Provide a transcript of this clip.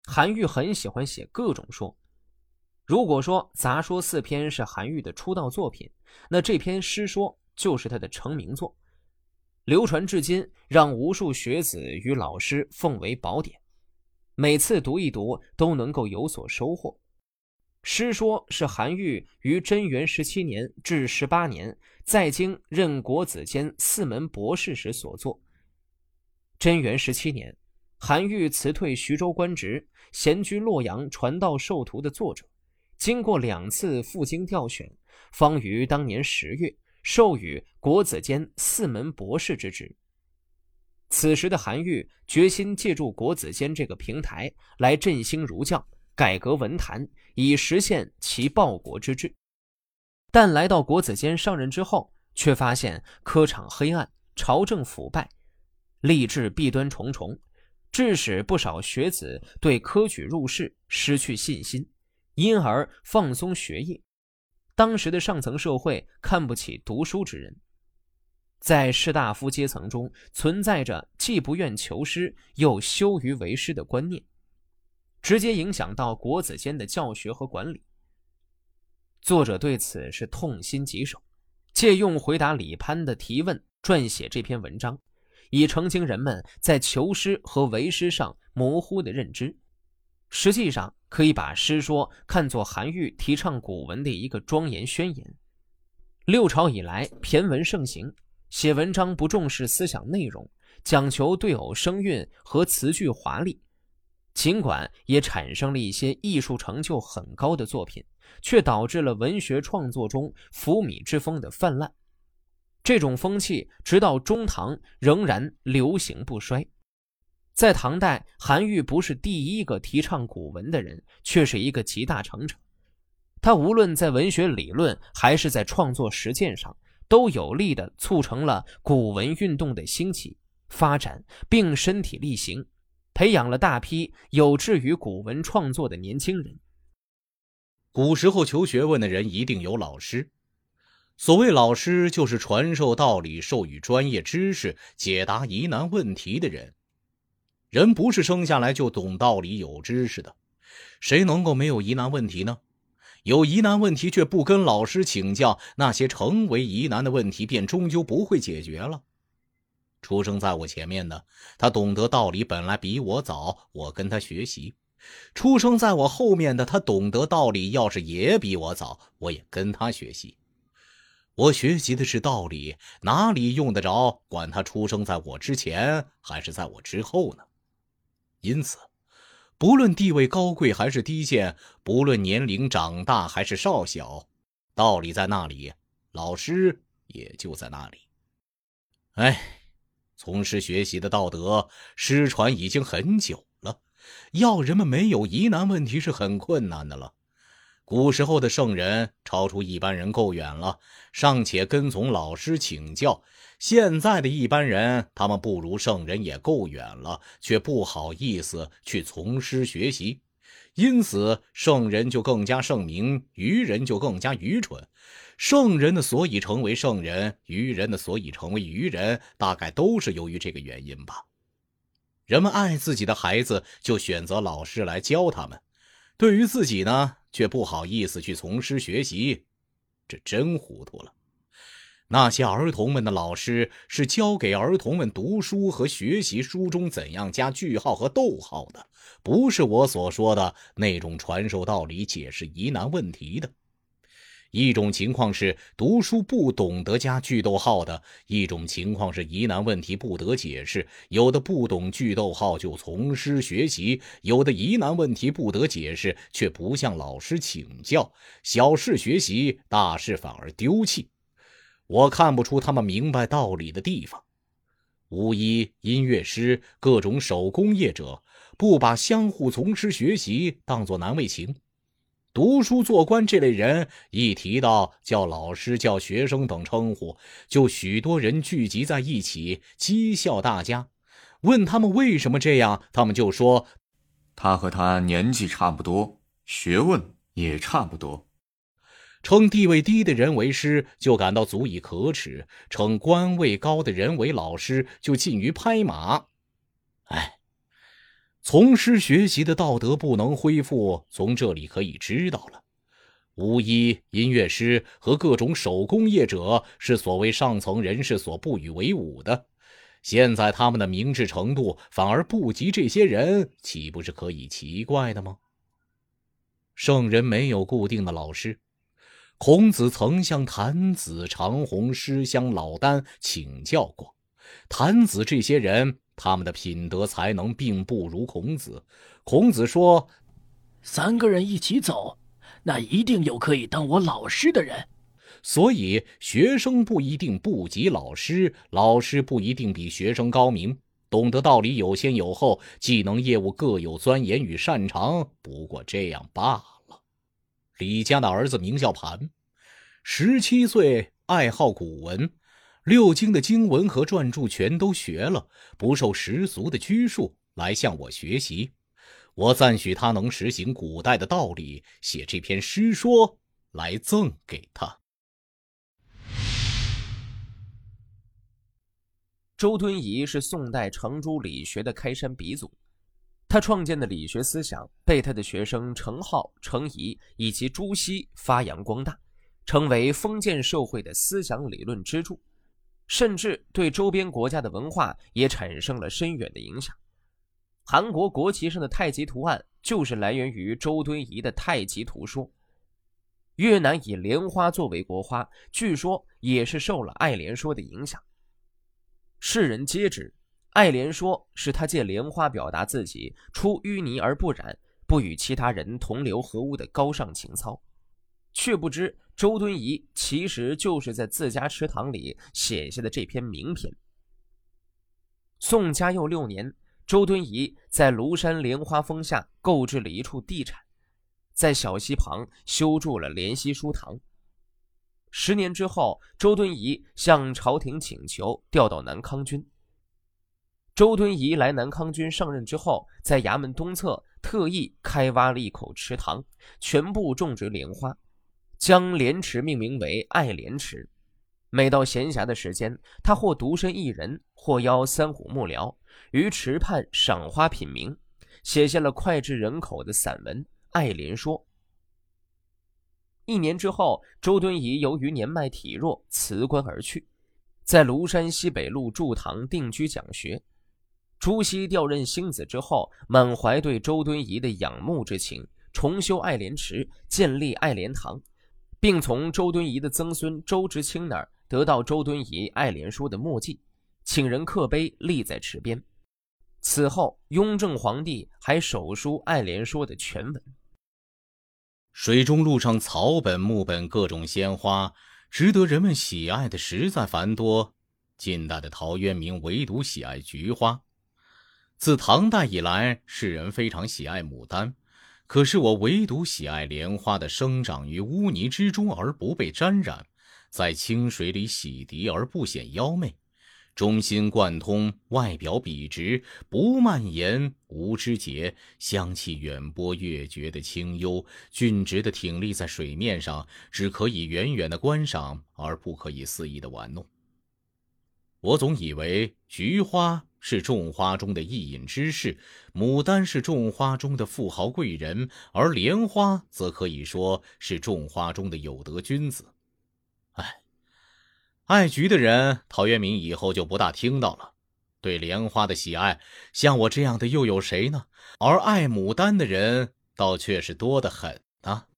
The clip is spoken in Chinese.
韩愈很喜欢写各种说。如果说杂说4篇是韩愈的出道作品，那这篇诗说就是他的成名作，流传至今，让无数学子与老师奉为宝典，每次读一读都能够有所收获。诗说是韩愈于贞元17年至18年在京任国子监4门博士时所作。贞元17年，韩愈辞退徐州官职，闲居洛阳传道授徒的作者，经过2次赴京调选，方于当年10月授予国子监4门博士之职。此时的韩愈决心借助国子监这个平台来振兴儒教，改革文坛，以实现其报国之志。但来到国子监上任之后，却发现科场黑暗，朝政腐败，吏治弊端重重，致使不少学子对科举入仕失去信心，因而放松学业。当时的上层社会看不起读书之人，在士大夫阶层中存在着既不愿求师又羞于为师的观念，直接影响到国子监的教学和管理。作者对此是痛心疾首，借用回答李潘的提问撰写这篇文章，以澄清人们在求师和为师上模糊的认知。实际上可以把诗说看作韩愈提倡古文的一个庄严宣言。6朝以来骈文盛行，写文章不重视思想内容，讲求对偶声韵和词句华丽，尽管也产生了一些艺术成就很高的作品，却导致了文学创作中腐靡之风的泛滥。这种风气直到中唐仍然流行不衰。在唐代，韩愈不是第一个提倡古文的人，却是一个集大成者。他无论在文学理论还是在创作实践上，都有力地促成了古文运动的兴起发展，并身体力行，培养了大批有志于古文创作的年轻人。 古时候求学问的人一定有老师，所谓老师就是传授道理、授予专业知识、解答疑难问题的人。人不是生下来就懂道理、有知识的，谁能够没有疑难问题呢？有疑难问题却不跟老师请教，那些成为疑难的问题便终究不会解决了。出生在我前面的，他懂得道理本来比我早，我跟他学习；出生在我后面的，他懂得道理要是也比我早，我也跟他学习。我学习的是道理，哪里用得着管他出生在我之前还是在我之后呢？因此不论地位高贵还是低贱，不论年龄长大还是少小，道理在那里，老师也就在那里。从师学习的道德失传已经很久了，要人们没有疑难问题是很困难的了。古时候的圣人超出一般人够远了，尚且跟从老师请教。现在的一般人，他们不如圣人也够远了，却不好意思去从师学习，因此圣人就更加圣明，愚人就更加愚蠢。圣人的所以成为圣人，愚人的所以成为愚人，大概都是由于这个原因吧。人们爱自己的孩子，就选择老师来教他们，对于自己呢，却不好意思去从师学习，这真糊涂了。那些儿童们的老师是教给儿童们读书和学习书中怎样加句号和逗号的，不是我所说的那种传授道理、解释疑难问题的。一种情况是读书不懂得加句逗号的，一种情况是疑难问题不得解释，有的不懂句逗号就从师学习，有的疑难问题不得解释却不向老师请教，小事学习，大事反而丢弃。我看不出他们明白道理的地方。巫医、音乐师、各种手工业者，不把相互从师学习当作难为情。读书做官这类人，一提到叫老师、叫学生等称呼，就许多人聚集在一起讥笑大家。问他们为什么这样，他们就说他和他年纪差不多，学问也差不多。 称地位低的人为师，就感到足以可耻；称官位高的人为老师，就近于拍马。 从师学习的道德不能恢复，从这里可以知道了。巫医、音乐师和各种手工业者是所谓上层人士所不与为伍的，现在他们的明智程度反而不及这些人，岂不是可以奇怪的吗？圣人没有固定的老师，孔子曾向谭子、长虹、师襄、老聃请教过。谭子这些人，他们的品德才能并不如孔子。孔子说 ，3个人一起走，那一定有可以当我老师的人。 所以学生不一定不及老师，老师不一定比学生高明，懂得道理有先有后，技能业务各有钻研与擅长，不过这样罢了。李家的儿子名叫盘，17岁，爱好古文，6经的经文和篆注全都学了，不受世俗的拘束，来向我学习。我赞许他能实行古代的道理，写这篇诗说来赠给他。 周敦颐是宋代程朱理学的开山鼻祖，他创建的理学思想被他的学生程颢、程颐以及朱熹发扬光大，成为封建社会的思想理论支柱，甚至对周边国家的文化也产生了深远的影响。韩国国旗上的太极图案就是来源于周敦颐的太极图说。越南以莲花作为国花，据说也是受了爱莲说的影响。世人皆知，爱莲说是他借莲花表达自己出淤泥而不染，不与其他人同流合污的高尚情操，却不知周敦颐其实就是在自家池塘里写下的这篇名篇。宋嘉佑6年，周敦颐在庐山莲花峰下购置了一处地产，在小溪旁修筑了莲溪书堂。10年之后，周敦颐向朝廷请求调到南康军。周敦颐来南康军上任之后，在衙门东侧特意开挖了一口池塘，全部种植莲花，将莲池命名为爱莲池。每到闲暇的时间，他或独身一人，或邀3、5幕僚于池畔赏花品茗，写下了脍炙人口的散文《爱莲说》。1年之后，周敦颐由于年迈体弱，辞官而去，在庐山西北路筑堂定居讲学。朱熹调任星子之后，满怀对周敦颐的仰慕之情，重修爱莲池，建立爱莲堂，并从周敦颐的曾孙周之清那儿得到周敦颐《爱莲说》的墨迹，请人刻碑立在池边。此后，雍正皇帝还手书《爱莲说》的全文。 水中路上草本、木本各种鲜花，值得人们喜爱的实在繁多。近代的陶渊明唯独喜爱菊花。自唐代以来，世人非常喜爱牡丹，可是我唯独喜爱莲花的生长于污泥之中而不被沾染，在清水里洗涤而不显妖媚，中心贯通，外表笔直，不蔓延，无枝节，香气远播越觉的清幽，俊直地挺立在水面上，只可以远远地观赏，而不可以肆意地玩弄。我总以为菊花是种花中的一隐之士，牡丹是种花中的富豪贵人，而莲花则可以说是种花中的有德君子。爱菊的人，陶渊明以后就不大听到了。对莲花的喜爱，像我这样的又有谁呢？而爱牡丹的人，倒却是多得很啊。